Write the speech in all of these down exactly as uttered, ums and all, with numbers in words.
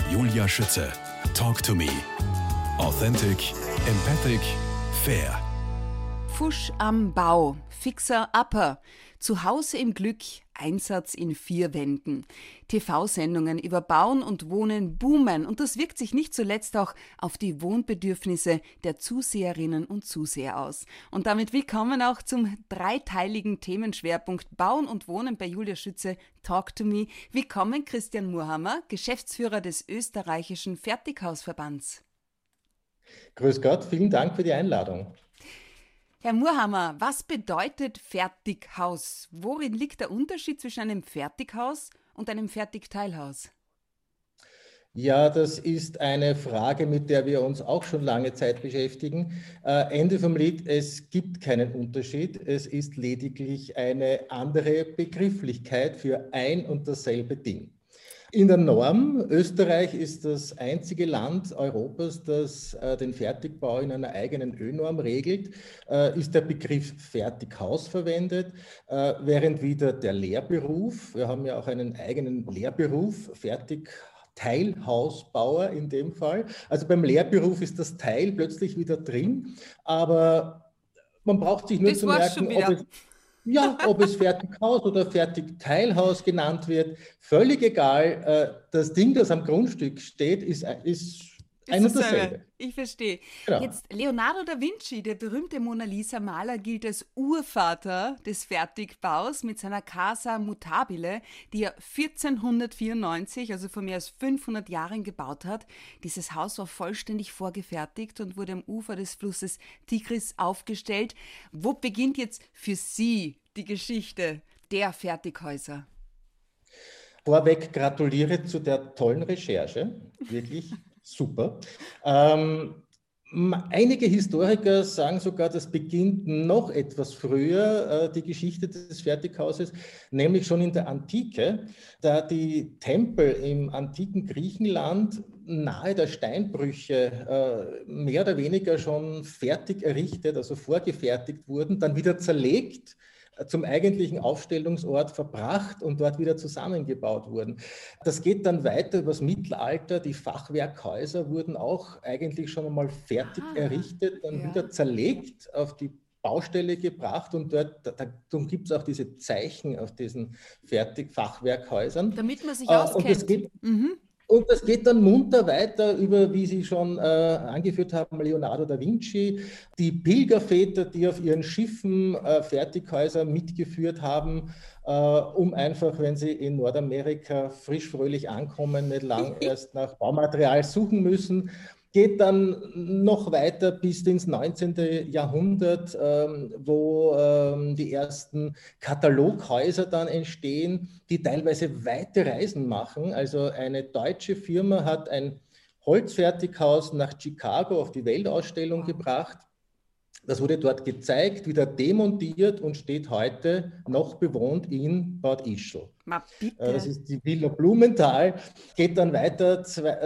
Julia Schütze. Talk to me. Authentic, empathic, fair. Fusch am Bau, Fixer Upper, Zuhause im Glück, Einsatz in vier Wänden. T V-Sendungen über Bauen und Wohnen boomen und das wirkt sich nicht zuletzt auch auf die Wohnbedürfnisse der Zuseherinnen und Zuseher aus. Und damit willkommen auch zum dreiteiligen Themenschwerpunkt Bauen und Wohnen bei Julia Schütze, Talk to me. Willkommen Christian Murhammer, Geschäftsführer des österreichischen Fertighausverbands. Grüß Gott, vielen Dank für die Einladung. Herr Murhammer, was bedeutet Fertighaus? Worin liegt der Unterschied zwischen einem Fertighaus und einem Fertigteilhaus? Ja, das ist eine Frage, mit der wir uns auch schon lange Zeit beschäftigen. Äh, Ende vom Lied, es gibt keinen Unterschied. Es ist lediglich eine andere Begrifflichkeit für ein und dasselbe Ding. In der Norm, Österreich ist das einzige Land Europas, das äh, den Fertigbau in einer eigenen Ö-Norm regelt, äh, ist der Begriff Fertighaus verwendet, äh, während wieder der Lehrberuf, wir haben ja auch einen eigenen Lehrberuf, Fertigteilhausbauer in dem Fall. Also beim Lehrberuf ist das Teil plötzlich wieder drin, aber man braucht sich nur das zu merken, ob es Ja, ob es Fertighaus oder Fertigteilhaus genannt wird, völlig egal. Das Ding, das am Grundstück steht, ist, ist ein und dasselbe. Ich verstehe. Genau. Jetzt Leonardo da Vinci, der berühmte Mona Lisa-Maler, gilt als Urvater des Fertigbaus mit seiner Casa Mutabile, die er vierzehnhundertvierundneunzig, also vor mehr als fünfhundert Jahren gebaut hat. Dieses Haus war vollständig vorgefertigt und wurde am Ufer des Flusses Tigris aufgestellt. Wo beginnt jetzt für Sie die Geschichte der Fertighäuser? Vorweg gratuliere zu der tollen Recherche, wirklich super. Ähm, einige Historiker sagen sogar, das beginnt noch etwas früher, äh, die Geschichte des Fertighauses, nämlich schon in der Antike, da die Tempel im antiken Griechenland nahe der Steinbrüche äh, mehr oder weniger schon fertig errichtet, also vorgefertigt wurden, dann wieder zerlegt, zum eigentlichen Aufstellungsort verbracht und dort wieder zusammengebaut wurden. Das geht dann weiter übers Mittelalter. Die Fachwerkhäuser wurden auch eigentlich schon einmal fertig ah, errichtet, dann ja. wieder zerlegt, auf die Baustelle gebracht und dort da, darum gibt es auch diese Zeichen auf diesen Fertig-Fachwerkhäusern. Damit man sich äh, auskennt. Und das geht, mhm. Und das geht dann munter weiter über, wie Sie schon äh, angeführt haben, Leonardo da Vinci, die Pilgerväter, die auf ihren Schiffen äh, Fertighäuser mitgeführt haben, äh, um einfach, wenn sie in Nordamerika frisch fröhlich ankommen, nicht lang erst nach Baumaterial suchen müssen. Geht dann noch weiter bis ins neunzehnten Jahrhundert, ähm, wo ähm, die ersten Kataloghäuser dann entstehen, die teilweise weite Reisen machen. Also eine deutsche Firma hat ein Holzfertighaus nach Chicago auf die Weltausstellung gebracht. Das wurde dort gezeigt, wieder demontiert und steht heute noch bewohnt in Bad Ischl. Ma bitte. Das ist die Villa Blumenthal. Geht dann weiter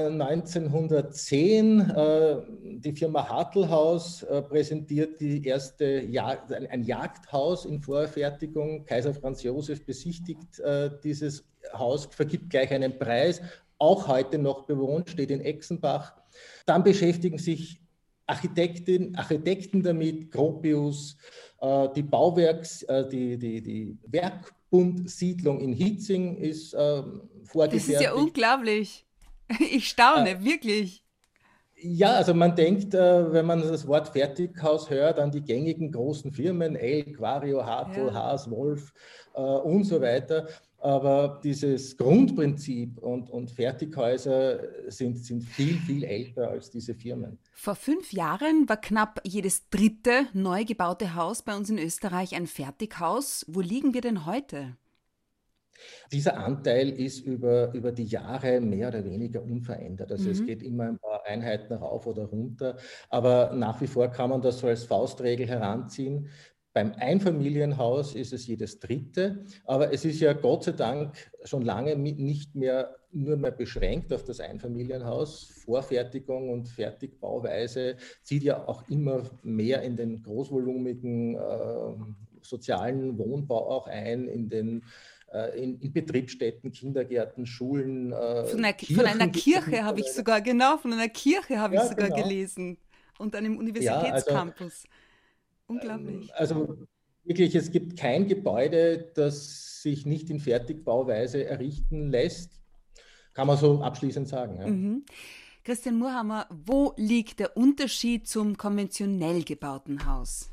neunzehnhundertzehn. Die Firma Hartelhaus präsentiert die erste Jag- ein Jagdhaus in Vorfertigung. Kaiser Franz Josef besichtigt dieses Haus, vergibt gleich einen Preis. Auch heute noch bewohnt, steht in Exenbach. Dann beschäftigen sich Architekten, Architekten damit, Gropius, äh, die Bauwerks, äh, die, die, die Werkbundsiedlung in Hitzing ist äh, vorgefertigt. Das ist ja unglaublich. Ich staune, äh, wirklich. Ja, also man denkt, äh, wenn man das Wort Fertighaus hört, an die gängigen großen Firmen, Elk, Vario, Hartl, ja. Haas, Wolf äh, und so weiter. Aber dieses Grundprinzip und, und Fertighäuser sind, sind viel, viel älter als diese Firmen. Vor fünf Jahren war knapp jedes dritte neu gebaute Haus bei uns in Österreich ein Fertighaus. Wo liegen wir denn heute? Dieser Anteil ist über, über die Jahre mehr oder weniger unverändert. Also mhm. es geht immer ein paar Einheiten rauf oder runter. Aber nach wie vor kann man das so als Faustregel heranziehen. Beim Einfamilienhaus ist es jedes dritte, aber es ist ja Gott sei Dank schon lange nicht mehr nur mehr beschränkt auf das Einfamilienhaus. Vorfertigung und Fertigbauweise zieht ja auch immer mehr in den großvolumigen äh, sozialen Wohnbau auch ein, in den in, in Betriebsstätten, Kindergärten, Schulen. Von einer, von einer Kirche habe ich sogar, genau, von einer Kirche habe ja, ich sogar genau. gelesen und einem Universitätscampus. Ja, also, unglaublich. Also wirklich, es gibt kein Gebäude, das sich nicht in Fertigbauweise errichten lässt, kann man so abschließend sagen. Ja. Mhm. Christian Murhammer, wo liegt der Unterschied zum konventionell gebauten Haus?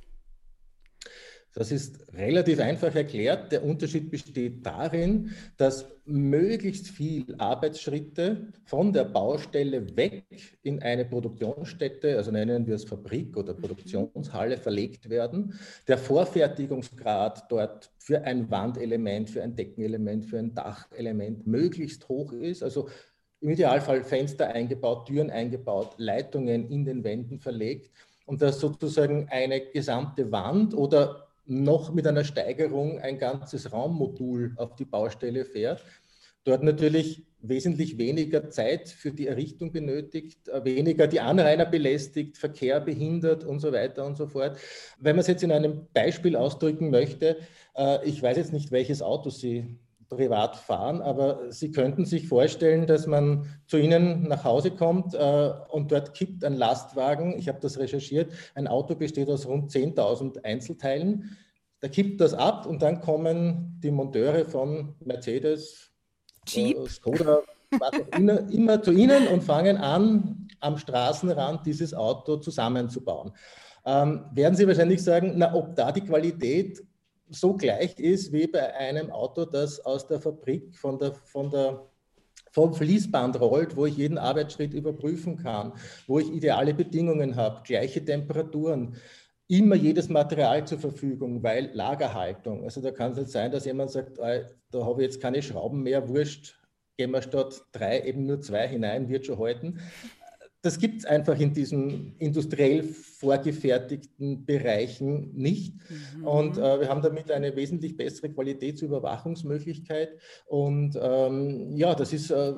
Das ist relativ einfach erklärt. Der Unterschied besteht darin, dass möglichst viel Arbeitsschritte von der Baustelle weg in eine Produktionsstätte, also nennen wir es Fabrik oder Produktionshalle, verlegt werden. Der Vorfertigungsgrad dort für ein Wandelement, für ein Deckenelement, für ein Dachelement möglichst hoch ist. Also im Idealfall Fenster eingebaut, Türen eingebaut, Leitungen in den Wänden verlegt und dass sozusagen eine gesamte Wand oder noch mit einer Steigerung ein ganzes Raummodul auf die Baustelle fährt. Dort natürlich wesentlich weniger Zeit für die Errichtung benötigt, weniger die Anrainer belästigt, Verkehr behindert und so weiter und so fort. Wenn man es jetzt in einem Beispiel ausdrücken möchte, ich weiß jetzt nicht, welches Auto Sie privat fahren, aber Sie könnten sich vorstellen, dass man zu Ihnen nach Hause kommt äh, und dort kippt ein Lastwagen, ich habe das recherchiert, ein Auto besteht aus rund zehntausend Einzelteilen, da kippt das ab und dann kommen die Monteure von Mercedes, äh, Skoda, was auch immer, immer zu Ihnen und fangen an, am Straßenrand dieses Auto zusammenzubauen. Ähm, werden Sie wahrscheinlich sagen, na, ob da die Qualität so gleich ist wie bei einem Auto, das aus der Fabrik von der, von der, vom Fließband rollt, wo ich jeden Arbeitsschritt überprüfen kann, wo ich ideale Bedingungen habe, gleiche Temperaturen, immer jedes Material zur Verfügung, weil Lagerhaltung. Also da kann es nicht sein, dass jemand sagt, da habe ich jetzt keine Schrauben mehr, wurscht, gehen wir statt drei eben nur zwei hinein, wird schon halten. Das gibt es einfach in diesen industriell vorgefertigten Bereichen nicht. Mhm. Und äh, wir haben damit eine wesentlich bessere Qualitätsüberwachungsmöglichkeit. Und ähm, ja, das ist, äh,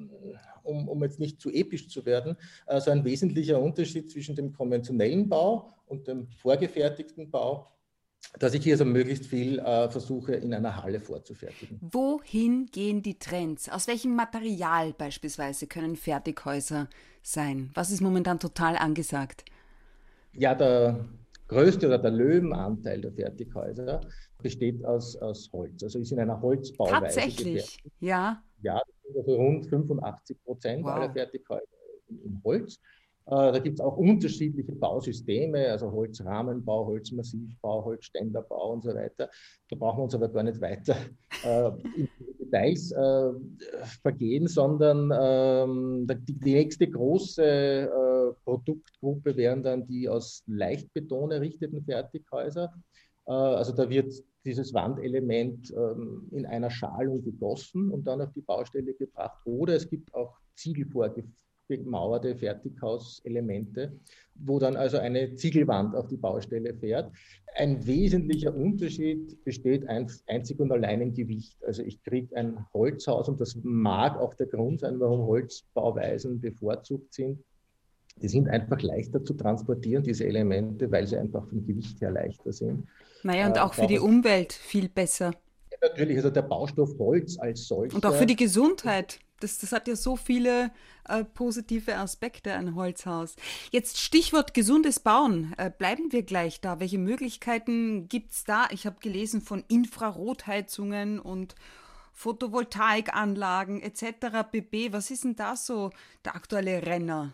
um, um jetzt nicht zu episch zu werden, äh, so ein wesentlicher Unterschied zwischen dem konventionellen Bau und dem vorgefertigten Bau, dass ich hier so möglichst viel äh, versuche, in einer Halle vorzufertigen. Wohin gehen die Trends? Aus welchem Material beispielsweise können Fertighäuser sein? Was ist momentan total angesagt? Ja, der größte oder der Löwenanteil der Fertighäuser besteht aus, aus Holz. Also ist in einer Holzbauweise. Tatsächlich, ja. Ja, das sind also rund fünfundachtzig Prozent wow. aller Fertighäuser in Holz. Da gibt es auch unterschiedliche Bausysteme, also Holzrahmenbau, Holzmassivbau, Holzständerbau und so weiter. Da brauchen wir uns aber gar nicht weiter äh, in die Details äh, vergehen, sondern ähm, die, die nächste große äh, Produktgruppe wären dann die aus Leichtbeton errichteten Fertighäuser. Äh, also da wird dieses Wandelement ähm, in einer Schalung gegossen und dann auf die Baustelle gebracht. Oder es gibt auch Ziegelvorgeführte gemauerte Fertighauselemente, wo dann also eine Ziegelwand auf die Baustelle fährt. Ein wesentlicher Unterschied besteht einzig und allein im Gewicht. Also ich kriege ein Holzhaus und das mag auch der Grund sein, warum Holzbauweisen bevorzugt sind. Die sind einfach leichter zu transportieren, diese Elemente, weil sie einfach vom Gewicht her leichter sind. Naja, und auch für die Umwelt viel besser. Ja, natürlich, also der Baustoff Holz als solcher. Und auch für die Gesundheit. Das, das hat ja so viele äh, positive Aspekte, ein Holzhaus. Jetzt Stichwort gesundes Bauen. Äh, bleiben wir gleich da. Welche Möglichkeiten gibt es da? Ich habe gelesen von Infrarotheizungen und Photovoltaikanlagen et cetera pp. Was ist denn da so der aktuelle Renner?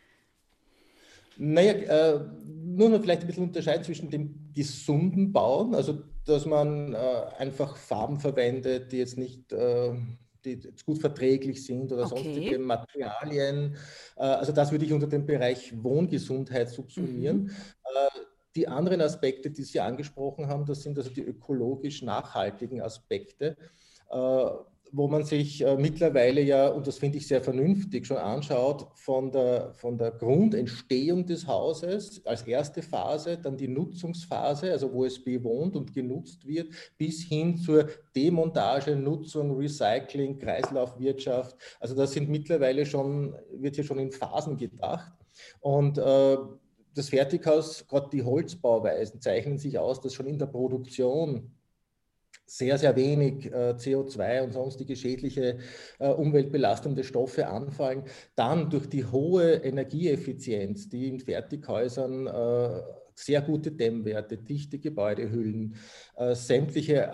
Naja, äh, muss man vielleicht ein bisschen unterscheiden zwischen dem gesunden Bauen, also dass man äh, einfach Farben verwendet, die jetzt nicht... Äh, die gut verträglich sind oder okay. sonstige Materialien. Also das würde ich unter dem Bereich Wohngesundheit subsumieren. Mhm. Die anderen Aspekte, die Sie angesprochen haben, das sind also die ökologisch nachhaltigen Aspekte, wo man sich äh, mittlerweile ja, und das finde ich sehr vernünftig, schon anschaut, von der, von der Grundentstehung des Hauses als erste Phase, dann die Nutzungsphase, also wo es bewohnt und genutzt wird, bis hin zur Demontage, Nutzung, Recycling, Kreislaufwirtschaft. Also das sind mittlerweile schon, wird hier schon in Phasen gedacht. Und äh, das Fertighaus, gerade die Holzbauweisen, zeichnen sich aus, dass schon in der Produktion sehr, sehr wenig äh, C O zwei und sonstige schädliche äh, umweltbelastende Stoffe anfallen. Dann durch die hohe Energieeffizienz, die in Fertighäusern äh, sehr gute Dämmwerte, dichte Gebäudehüllen, äh, sämtliche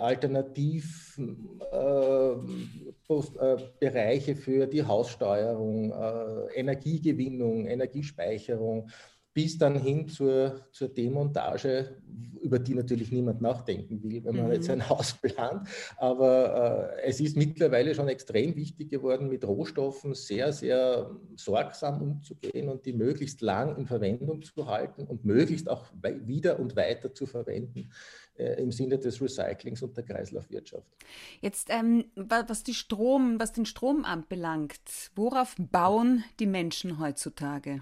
Alternativbereiche äh, äh, für die Haussteuerung, äh, Energiegewinnung, Energiespeicherung, bis dann hin zur, zur Demontage, über die natürlich niemand nachdenken will, wenn man mhm. jetzt ein Haus plant. Aber äh, es ist mittlerweile schon extrem wichtig geworden, mit Rohstoffen sehr, sehr sorgsam umzugehen und die möglichst lang in Verwendung zu halten und möglichst auch wieder und weiter zu verwenden äh, im Sinne des Recyclings und der Kreislaufwirtschaft. Jetzt, ähm, was, die Strom, was den Strom anbelangt, worauf bauen die Menschen heutzutage?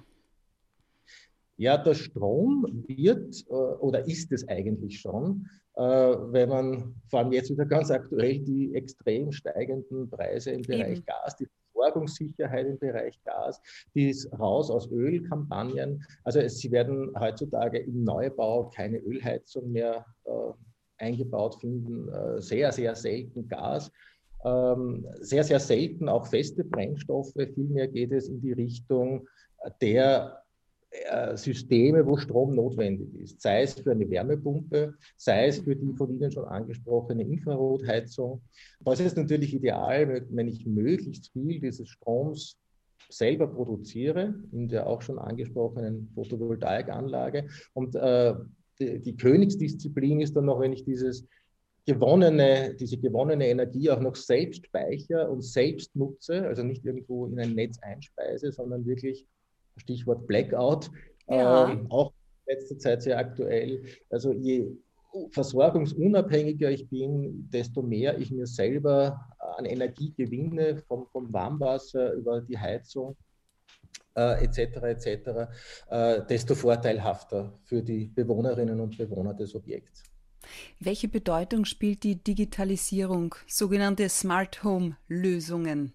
Ja, der Strom wird äh, oder ist es eigentlich schon, äh, wenn man vor allem jetzt wieder ganz aktuell die extrem steigenden Preise im Bereich Eben. Gas, die Versorgungssicherheit im Bereich Gas, die Raus aus Ölkampagnen. Also es, sie werden heutzutage im Neubau keine Ölheizung mehr äh, eingebaut finden, äh, sehr, sehr selten Gas. Ähm, sehr, sehr selten auch feste Brennstoffe. Vielmehr geht es in die Richtung der Systeme, wo Strom notwendig ist, sei es für eine Wärmepumpe, sei es für die von Ihnen schon angesprochene Infrarotheizung. Das ist natürlich ideal, wenn ich möglichst viel dieses Stroms selber produziere, in der auch schon angesprochenen Photovoltaikanlage. Und äh, die, die Königsdisziplin ist dann noch, wenn ich dieses gewonnene, diese gewonnene Energie auch noch selbst speichere und selbst nutze, also nicht irgendwo in ein Netz einspeise, sondern wirklich Stichwort Blackout, ja. ähm, auch in letzter Zeit sehr aktuell. Also je versorgungsunabhängiger ich bin, desto mehr ich mir selber an Energie gewinne, vom, vom Warmwasser über die Heizung äh, et cetera et cetera, äh, desto vorteilhafter für die Bewohnerinnen und Bewohner des Objekts. Welche Bedeutung spielt die Digitalisierung, sogenannte Smart Home Lösungen?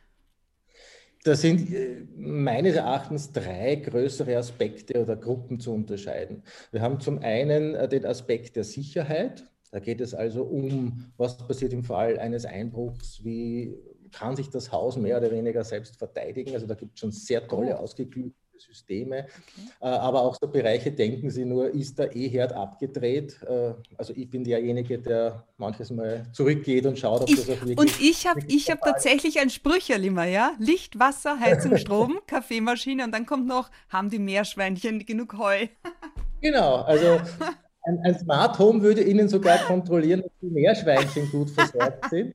Da sind meines Erachtens drei größere Aspekte oder Gruppen zu unterscheiden. Wir haben zum einen den Aspekt der Sicherheit. Da geht es also um, was passiert im Fall eines Einbruchs, wie kann sich das Haus mehr oder weniger selbst verteidigen. Also da gibt es schon sehr tolle, oh. ausgeklügelte Systeme. Okay. Aber auch so Bereiche, denken Sie nur, ist der E-Herd abgedreht? Also ich bin derjenige, der manches Mal zurückgeht und schaut, ob ich, das auch wirklich... Und ich habe ich hab tatsächlich ein Sprücherl immer, ja? Licht, Wasser, Heizung, Strom, Kaffeemaschine und dann kommt noch, haben die Meerschweinchen genug Heu? Genau, also ein, ein Smart Home würde Ihnen sogar kontrollieren, ob die Meerschweinchen gut versorgt sind.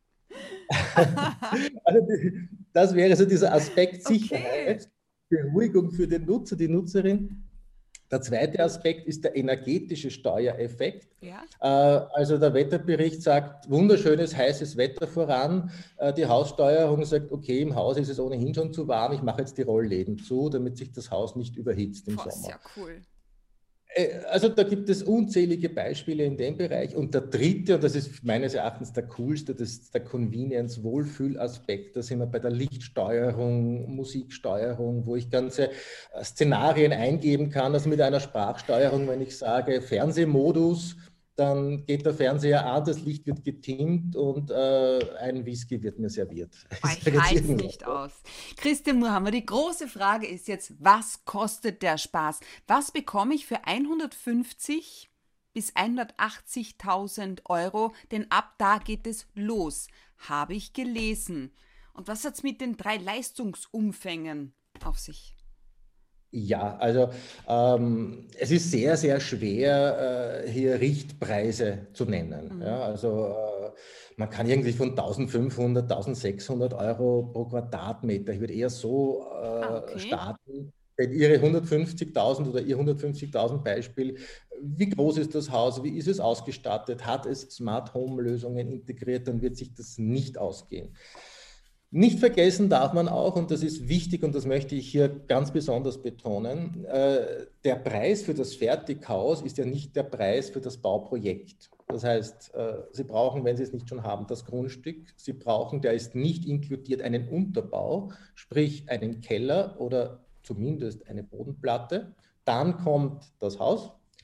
Also das wäre so dieser Aspekt Sicherheit. Okay. Beruhigung für den Nutzer, die Nutzerin. Der zweite Aspekt ist der energetische Steuereffekt. Ja. Äh, also der Wetterbericht sagt, wunderschönes, heißes Wetter voran. Äh, die Haussteuerung sagt, okay, im Haus ist es ohnehin schon zu warm, ich mache jetzt die Rollläden zu, damit sich das Haus nicht überhitzt im Boah, Sommer. Sehr cool. Also da gibt es unzählige Beispiele in dem Bereich. Und der dritte, und das ist meines Erachtens der coolste, das ist der Convenience-Wohlfühlaspekt. Da sind wir bei der Lichtsteuerung, Musiksteuerung, wo ich ganze Szenarien eingeben kann. Also mit einer Sprachsteuerung, wenn ich sage Fernsehmodus, dann geht der Fernseher an, das Licht wird getimmt und äh, ein Whisky wird mir serviert. Ich halte es nicht aus. Christian Muhammer, die große Frage ist jetzt, was kostet der Spaß? Was bekomme ich für hundertfünfzig bis hundertachtzigtausend Euro? Denn ab da geht es los, habe ich gelesen. Und was hat es mit den drei Leistungsumfängen auf sich? Ja, also ähm, es ist sehr, sehr schwer, äh, hier Richtpreise zu nennen. Mhm. Ja, also äh, man kann irgendwie von eintausendfünfhundert, eintausendsechshundert Euro pro Quadratmeter, ich würde eher so äh, ah, okay. starten, denn Ihre hundertfünfzigtausend oder Ihr hundertfünfzigtausend Beispiel, wie groß ist das Haus, wie ist es ausgestattet, hat es Smart Home Lösungen integriert, dann wird sich das nicht ausgehen. Nicht vergessen darf man auch, und das ist wichtig und das möchte ich hier ganz besonders betonen, äh, der Preis für das Fertighaus ist ja nicht der Preis für das Bauprojekt. Das heißt, äh, Sie brauchen, wenn Sie es nicht schon haben, das Grundstück. Sie brauchen, der ist nicht inkludiert, einen Unterbau, sprich einen Keller oder zumindest eine Bodenplatte. Dann kommt das Haus.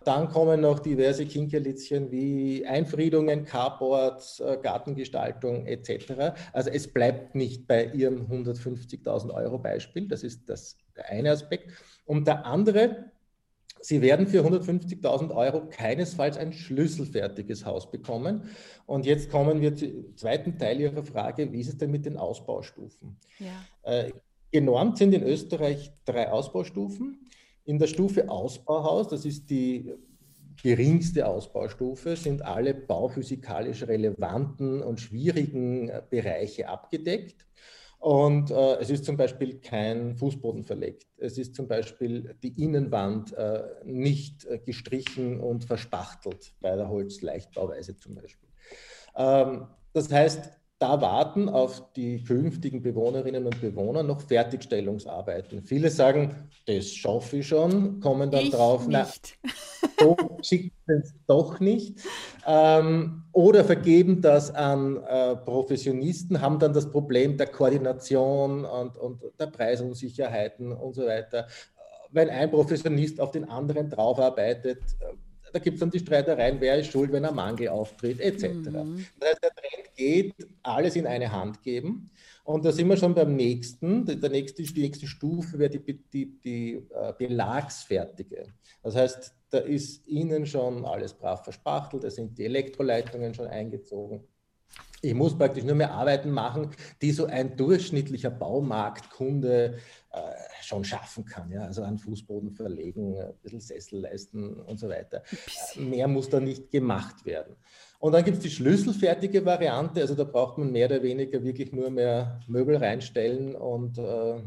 dann kommen noch diverse Kinkerlitzchen wie Einfriedungen, Carports, Gartengestaltung et cetera. Also es bleibt nicht bei Ihrem hundertfünfzigtausend Euro Beispiel, das ist das, der eine Aspekt. Und der andere, Sie werden für hundertfünfzigtausend Euro keinesfalls ein schlüsselfertiges Haus bekommen. Und jetzt kommen wir zum zweiten Teil Ihrer Frage, wie ist es denn mit den Ausbaustufen? Ja. Äh, genormt sind in Österreich drei Ausbaustufen. In der Stufe Ausbauhaus, das ist die geringste Ausbaustufe, sind alle bauphysikalisch relevanten und schwierigen Bereiche abgedeckt. Und äh, es ist zum Beispiel kein Fußboden verlegt. Es ist zum Beispiel die Innenwand äh, nicht äh, gestrichen und verspachtelt bei der Holzleichtbauweise zum Beispiel. Ähm, das heißt, da warten auf die künftigen Bewohnerinnen und Bewohner noch Fertigstellungsarbeiten. Viele sagen, das schaffe ich schon, kommen dann ich drauf, nicht. Na, so schickt es doch nicht. Ähm, oder vergeben das an äh, Professionisten, haben dann das Problem der Koordination und, und der Preisunsicherheiten und so weiter. Wenn ein Professionist auf den anderen draufarbeitet, da gibt es dann die Streitereien, wer ist schuld, wenn ein Mangel auftritt, et cetera. Mhm. Das heißt, der Trend geht, alles in eine Hand geben. Und da sind wir schon beim nächsten. Der nächste, die nächste Stufe wäre die, die, die uh, belagsfertige. Das heißt, da ist innen schon alles brav verspachtelt, da sind die Elektroleitungen schon eingezogen. Ich muss praktisch nur mehr Arbeiten machen, die so ein durchschnittlicher Baumarktkunde äh, schon schaffen kann. Ja? Also einen Fußboden verlegen, ein bisschen Sessel leisten und so weiter. Mehr muss da nicht gemacht werden. Und dann gibt es die schlüsselfertige Variante, also da braucht man mehr oder weniger wirklich nur mehr Möbel reinstellen und äh,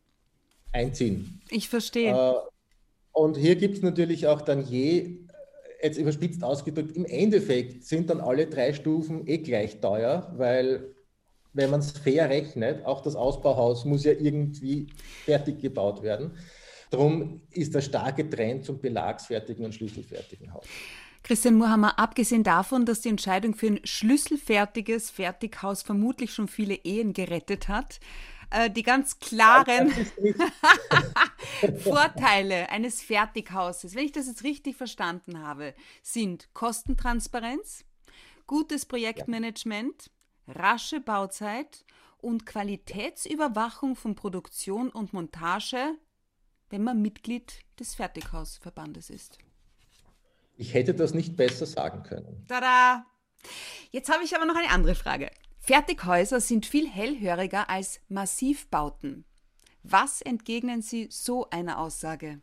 einziehen. Ich verstehe. Äh, und hier gibt es natürlich auch dann je, jetzt überspitzt ausgedrückt, im Endeffekt sind dann alle drei Stufen eh gleich teuer, weil wenn man es fair rechnet, auch das Ausbauhaus muss ja irgendwie fertig gebaut werden. Darum ist der starke Trend zum belagsfertigen und schlüsselfertigen Haus. Christian Muhammer, abgesehen davon, dass die Entscheidung für ein schlüsselfertiges Fertighaus vermutlich schon viele Ehen gerettet hat, äh, die ganz klaren Vorteile eines Fertighauses, wenn ich das jetzt richtig verstanden habe, sind Kostentransparenz, gutes Projektmanagement, ja. rasche Bauzeit und Qualitätsüberwachung von Produktion und Montage, wenn man Mitglied des Fertighausverbandes ist. Ich hätte das nicht besser sagen können. Tada! Jetzt habe ich aber noch eine andere Frage. Fertighäuser sind viel hellhöriger als Massivbauten. Was entgegnen Sie so einer Aussage?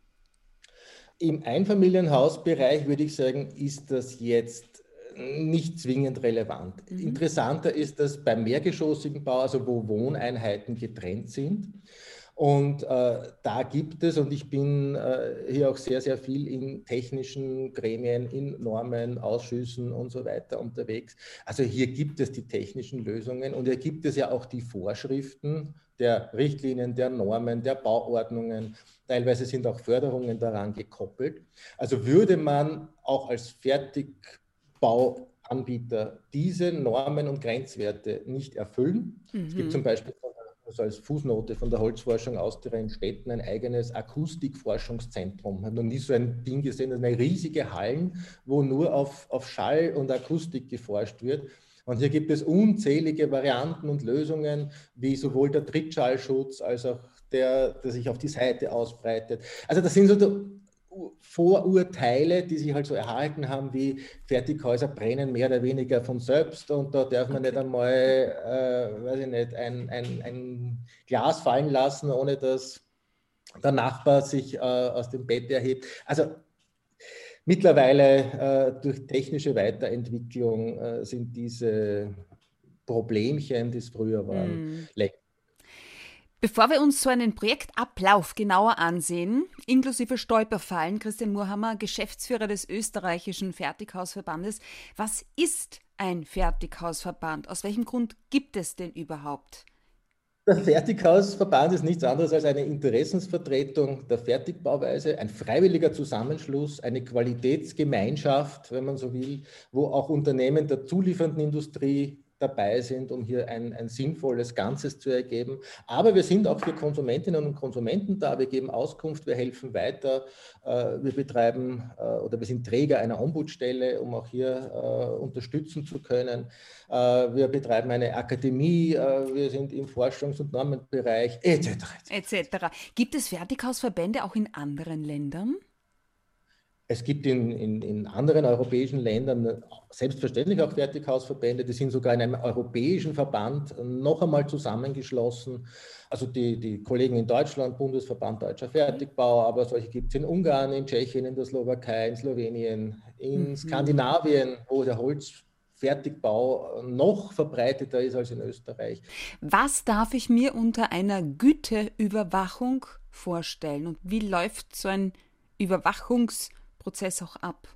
Im Einfamilienhausbereich würde ich sagen, ist das jetzt nicht zwingend relevant. Mhm. Interessanter ist das beim mehrgeschossigen Bau, also wo Wohneinheiten getrennt sind. Und äh, da gibt es, und ich bin äh, hier auch sehr, sehr viel in technischen Gremien, in Normen, Ausschüssen und so weiter unterwegs. Also hier gibt es die technischen Lösungen und hier gibt es ja auch die Vorschriften der Richtlinien, der Normen, der Bauordnungen. Teilweise sind auch Förderungen daran gekoppelt. Also würde man auch als Fertigbauanbieter diese Normen und Grenzwerte nicht erfüllen, mhm. es gibt zum Beispiel also als Fußnote von der Holzforschung Austria in Städten ein eigenes Akustikforschungszentrum. Ich habe noch nie so ein Ding gesehen, das sind eine riesige Hallen, wo nur auf, auf Schall und Akustik geforscht wird. Und hier gibt es unzählige Varianten und Lösungen, wie sowohl der Trittschallschutz als auch der, der sich auf die Seite ausbreitet. Also das sind so Vorurteile, die sich halt so erhalten haben, wie Fertighäuser brennen mehr oder weniger von selbst und da darf man nicht einmal, äh, weiß ich nicht, ein, ein, ein Glas fallen lassen, ohne dass der Nachbar sich äh, aus dem Bett erhebt. Also mittlerweile äh, durch technische Weiterentwicklung äh, sind diese Problemchen, die es früher waren, mm. längst. Bevor wir uns so einen Projektablauf genauer ansehen, inklusive Stolperfallen, Christian Muhammer, Geschäftsführer des österreichischen Fertighausverbandes, was ist ein Fertighausverband? Aus welchem Grund gibt es denn überhaupt? Der Fertighausverband ist nichts anderes als eine Interessensvertretung der Fertigbauweise, ein freiwilliger Zusammenschluss, eine Qualitätsgemeinschaft, wenn man so will, wo auch Unternehmen der zuliefernden Industrie, dabei sind, um hier ein, ein sinnvolles Ganzes zu ergeben. Aber wir sind auch für Konsumentinnen und Konsumenten da. Wir geben Auskunft, wir helfen weiter. Wir betreiben oder wir sind Träger einer Ombudsstelle, um auch hier unterstützen zu können. Wir betreiben eine Akademie, wir sind im Forschungs- und Normenbereich, et cetera et cetera. Gibt es Fertighausverbände auch in anderen Ländern? Es gibt in, in, in anderen europäischen Ländern selbstverständlich auch Fertighausverbände, die sind sogar in einem europäischen Verband noch einmal zusammengeschlossen. Also die, die Kollegen in Deutschland, Bundesverband Deutscher Fertigbau, aber solche gibt es in Ungarn, in Tschechien, in der Slowakei, in Slowenien, in mhm. Skandinavien, wo der Holzfertigbau noch verbreiteter ist als in Österreich. Was darf ich mir unter einer Güteüberwachung vorstellen und wie läuft so ein Überwachungs- Prozess auch ab?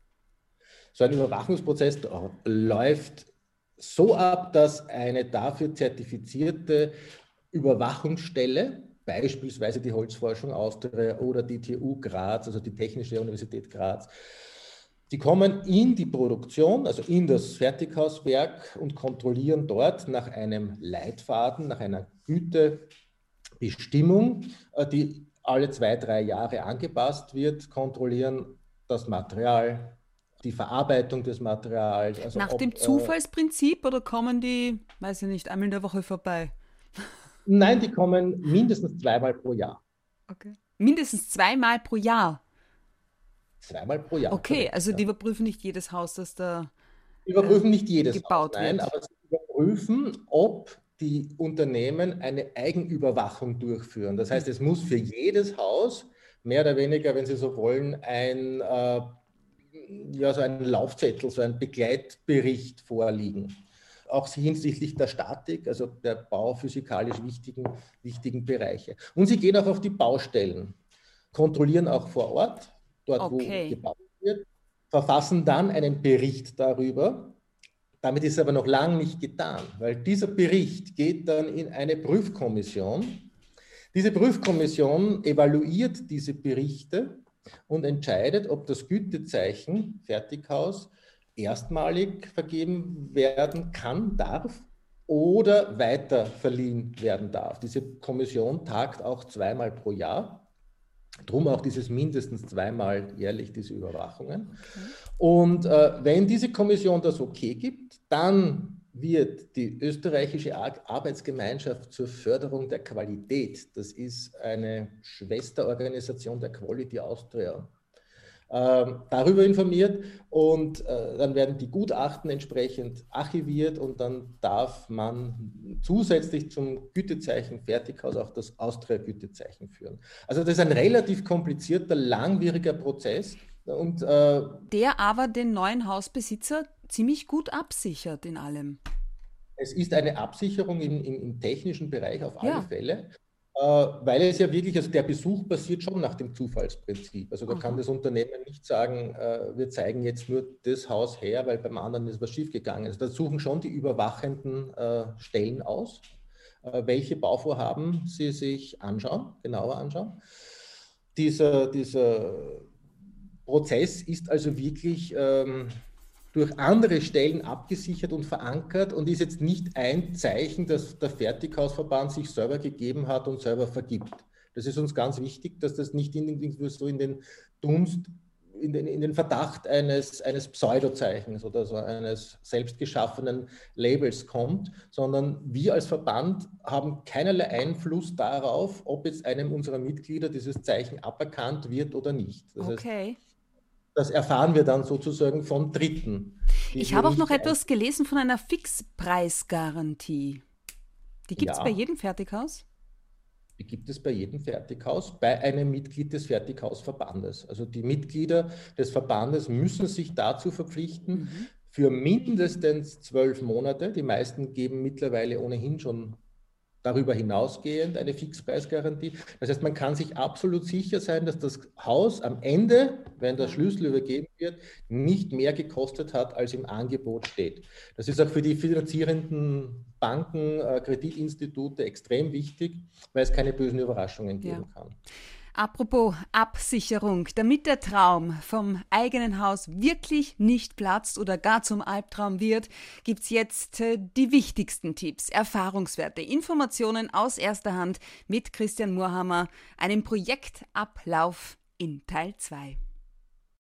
So ein Überwachungsprozess läuft so ab, dass eine dafür zertifizierte Überwachungsstelle, beispielsweise die Holzforschung Austria oder die T U Graz, also die Technische Universität Graz, die kommen in die Produktion, also in das Fertighauswerk und kontrollieren dort nach einem Leitfaden, nach einer Gütebestimmung, die alle zwei, drei Jahre angepasst wird, kontrollieren das Material, die Verarbeitung des Materials. Also Nach ob, dem Zufallsprinzip äh, oder kommen die, weiß ich nicht, einmal in der Woche vorbei? Nein, die kommen mindestens zweimal pro Jahr. Okay. Mindestens zweimal pro Jahr? Zweimal pro Jahr. Okay, korrekt, also die ja. überprüfen nicht jedes Haus, das da Die überprüfen äh, nicht jedes gebaut Haus, nein, wird. aber sie überprüfen, ob die Unternehmen eine Eigenüberwachung durchführen. Das heißt, es muss für jedes Haus mehr oder weniger, wenn Sie so wollen, ein, äh, ja, so ein Laufzettel, so ein Begleitbericht vorliegen. Auch hinsichtlich der Statik, also der bauphysikalisch wichtigen, wichtigen Bereiche. Und sie gehen auch auf die Baustellen, kontrollieren auch vor Ort, dort okay. wo gebaut wird, verfassen dann einen Bericht darüber. Damit ist aber noch lange nicht getan, weil dieser Bericht geht dann in eine Prüfkommission. Diese Prüfkommission evaluiert diese Berichte und entscheidet, ob das Gütezeichen Fertighaus erstmalig vergeben werden kann, darf oder weiter verliehen werden darf. Diese Kommission tagt auch zweimal pro Jahr, drum auch dieses mindestens zweimal jährlich diese Überwachungen. Okay. Und äh, wenn diese Kommission das okay gibt, dann wird die österreichische Arbeitsgemeinschaft zur Förderung der Qualität, das ist eine Schwesterorganisation der Quality Austria, äh, darüber informiert und äh, dann werden die Gutachten entsprechend archiviert und dann darf man zusätzlich zum Gütezeichen Fertighaus auch das Austria-Gütezeichen führen. Also das ist ein relativ komplizierter, langwieriger Prozess. Und, äh, der aber den neuen Hausbesitzer ziemlich gut absichert in allem. Es ist eine Absicherung im, im, im technischen Bereich auf alle ja. Fälle, äh, weil es ja wirklich, also der Besuch passiert schon nach dem Zufallsprinzip. Also da Aha. kann das Unternehmen nicht sagen, äh, wir zeigen jetzt nur das Haus her, weil beim anderen ist was schiefgegangen. Also da suchen schon die überwachenden äh, Stellen aus, äh, welche Bauvorhaben sie sich anschauen, genauer anschauen. Dieser, dieser Prozess ist also wirklich ähm, durch andere Stellen abgesichert und verankert und ist jetzt nicht ein Zeichen, das der Fertighausverband sich selber gegeben hat und selber vergibt. Das ist uns ganz wichtig, dass das nicht in, so in den Dunst, in den, in den Verdacht eines, eines Pseudozeichens oder so eines selbstgeschaffenen Labels kommt, sondern wir als Verband haben keinerlei Einfluss darauf, ob jetzt einem unserer Mitglieder dieses Zeichen aberkannt wird oder nicht. Das okay. heißt, das erfahren wir dann sozusagen von Dritten. Ich habe auch noch etwas gelesen von einer Fixpreisgarantie. Die gibt es ja. bei jedem Fertighaus? Die gibt es bei jedem Fertighaus, bei einem Mitglied des Fertighausverbandes. Also die Mitglieder des Verbandes müssen sich dazu verpflichten, mhm. für mindestens zwölf Monate, die meisten geben mittlerweile ohnehin schon darüber hinausgehend eine Fixpreisgarantie. Das heißt, man kann sich absolut sicher sein, dass das Haus am Ende, wenn der Schlüssel übergeben wird, nicht mehr gekostet hat, als im Angebot steht. Das ist auch für die finanzierenden Banken, Kreditinstitute extrem wichtig, weil es keine bösen Überraschungen geben ja. kann. Apropos Absicherung, damit der Traum vom eigenen Haus wirklich nicht platzt oder gar zum Albtraum wird, gibt's jetzt äh, die wichtigsten Tipps, Erfahrungswerte, Informationen aus erster Hand mit Christian Murhammer, einem Projektablauf in Teil zwei.